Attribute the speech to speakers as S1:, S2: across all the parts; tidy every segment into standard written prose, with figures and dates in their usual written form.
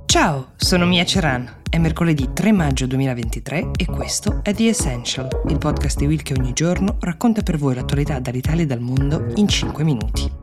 S1: Ciao, sono Mia Ceran. È mercoledì 3 maggio 2023 e questo è The Essential, il podcast di Will che ogni giorno racconta per voi l'attualità dall'Italia e dal mondo in 5 minuti.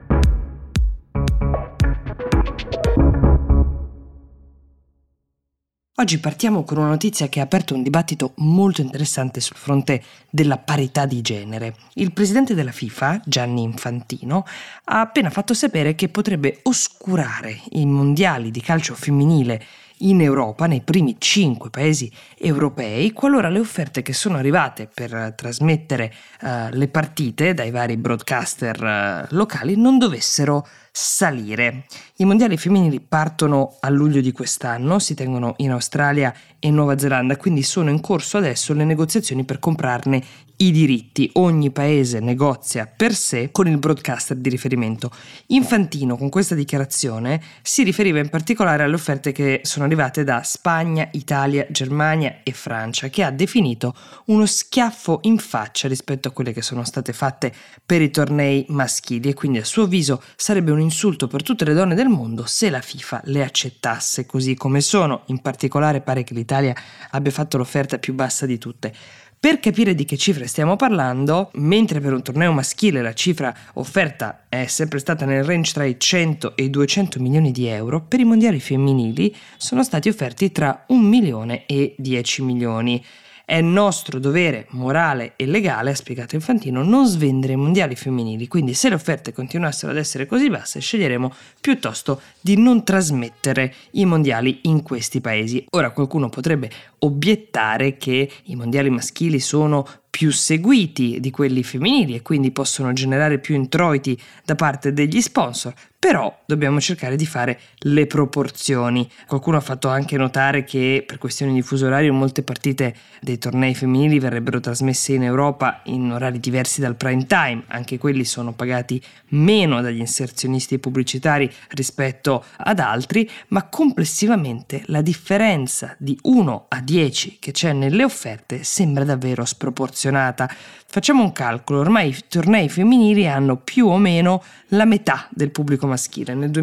S1: Oggi partiamo con una notizia che ha aperto un dibattito molto interessante sul fronte della parità di genere. Il presidente della FIFA, Gianni Infantino, ha appena fatto sapere che potrebbe oscurare i mondiali di calcio femminile in Europa, nei primi 5 paesi europei, qualora le offerte che sono arrivate per trasmettere le partite dai vari broadcaster locali non dovessero salire. I mondiali femminili partono a luglio di quest'anno, si tengono in Australia e Nuova Zelanda, quindi sono in corso adesso le negoziazioni per comprarne i diritti. Ogni paese negozia per sé con il broadcaster di riferimento. Infantino con questa dichiarazione si riferiva in particolare alle offerte che sono arrivate da Spagna, Italia, Germania e Francia, che ha definito uno schiaffo in faccia rispetto a quelle che sono state fatte per i tornei maschili, e quindi a suo avviso sarebbe un insulto per tutte le donne del mondo se la FIFA le accettasse così come sono. In particolare pare che l'Italia abbia fatto l'offerta più bassa di tutte. Per capire di che cifre stiamo parlando, mentre per un torneo maschile la cifra offerta è sempre stata nel range tra i 100 e i 200 milioni di euro, per i mondiali femminili sono stati offerti tra 1 milione e 10 milioni. È nostro dovere morale e legale, ha spiegato Infantino, non svendere i mondiali femminili, quindi se le offerte continuassero ad essere così basse sceglieremo piuttosto di non trasmettere i mondiali in questi paesi. Ora qualcuno potrebbe obiettare che i mondiali maschili sono più seguiti di quelli femminili e quindi possono generare più introiti da parte degli sponsor, però dobbiamo cercare di fare le proporzioni. Qualcuno ha fatto anche notare che per questioni di fuso orario molte partite dei tornei femminili verrebbero trasmesse in Europa in orari diversi dal prime time, anche quelli sono pagati meno dagli inserzionisti pubblicitari rispetto ad altri, ma complessivamente la differenza di 1 a 10 che c'è nelle offerte sembra davvero sproporzionata. Facciamo un calcolo, ormai i tornei femminili hanno più o meno la metà del pubblico maschile. Nel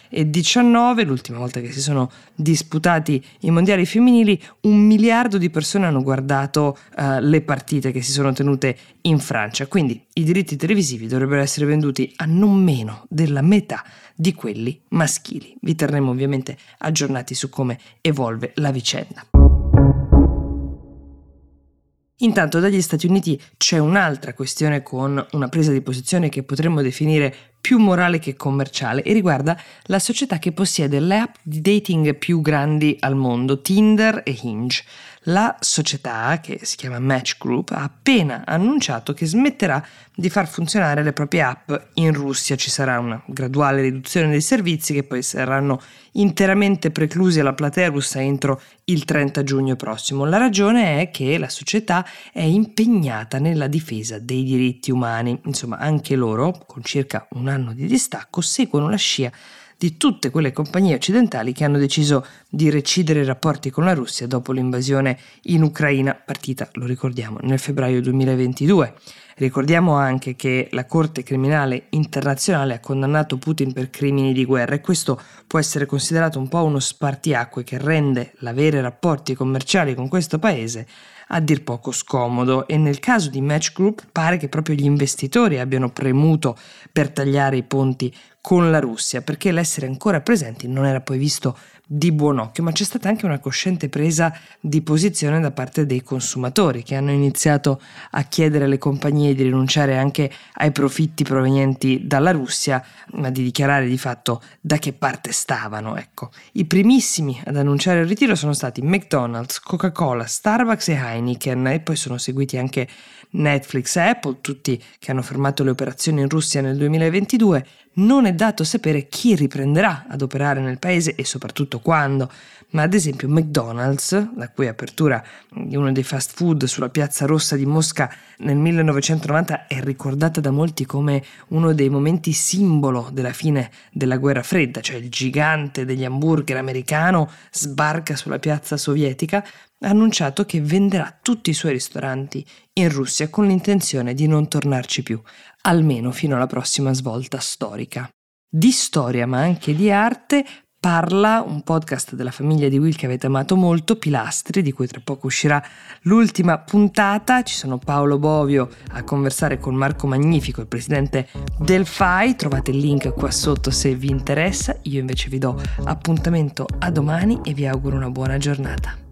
S1: 2019, l'ultima volta che si sono disputati i mondiali femminili, 1 miliardo di persone hanno guardato le partite che si sono tenute in Francia, quindi i diritti televisivi dovrebbero essere venduti a non meno della metà di quelli maschili. Vi terremo ovviamente aggiornati su come evolve la vicenda. Intanto dagli Stati Uniti c'è un'altra questione con una presa di posizione che potremmo definire più morale che commerciale e riguarda la società che possiede le app di dating più grandi al mondo, Tinder e Hinge. La società, che si chiama Match Group, ha appena annunciato che smetterà di far funzionare le proprie app in Russia. Ci sarà una graduale riduzione dei servizi che poi saranno interamente preclusi alla platea russa entro il 30 giugno prossimo. La ragione è che la società è impegnata nella difesa dei diritti umani. Insomma, anche loro, con circa un anno di distacco, seguono la scia di tutte quelle compagnie occidentali che hanno deciso di recidere i rapporti con la Russia dopo l'invasione in Ucraina, partita, lo ricordiamo, nel febbraio 2022. Ricordiamo anche che la Corte Criminale Internazionale ha condannato Putin per crimini di guerra e questo può essere considerato un po' uno spartiacque che rende l'avere rapporti commerciali con questo paese a dir poco scomodo, e nel caso di Match Group pare che proprio gli investitori abbiano premuto per tagliare i ponti con la Russia, perché l'essere ancora presenti non era poi visto di buon occhio, ma c'è stata anche una cosciente presa di posizione da parte dei consumatori che hanno iniziato a chiedere alle compagnie di rinunciare anche ai profitti provenienti dalla Russia, ma di dichiarare di fatto da che parte stavano. Ecco, i primissimi ad annunciare il ritiro sono stati McDonald's, Coca-Cola, Starbucks e Heineken, e poi sono seguiti anche Netflix e Apple, tutti che hanno fermato le operazioni in Russia nel 2022. Non è dato sapere chi riprenderà ad operare nel paese e soprattutto quando, ma ad esempio McDonald's, la cui apertura di uno dei fast food sulla Piazza Rossa di Mosca nel 1990 è ricordata da molti come uno dei momenti simbolo della fine della guerra fredda, cioè il gigante degli hamburger americano sbarca sulla piazza sovietica, ha annunciato che venderà tutti i suoi ristoranti in Russia con l'intenzione di non tornarci più, almeno fino alla prossima svolta storica. Di storia ma anche di arte Parla, un podcast della famiglia di Will che avete amato molto, Pilastri, di cui tra poco uscirà l'ultima puntata. Ci sono Paolo Bovio a conversare con Marco Magnifico, il presidente del FAI. Trovate il link qua sotto se vi interessa. Io invece vi do appuntamento a domani e vi auguro una buona giornata.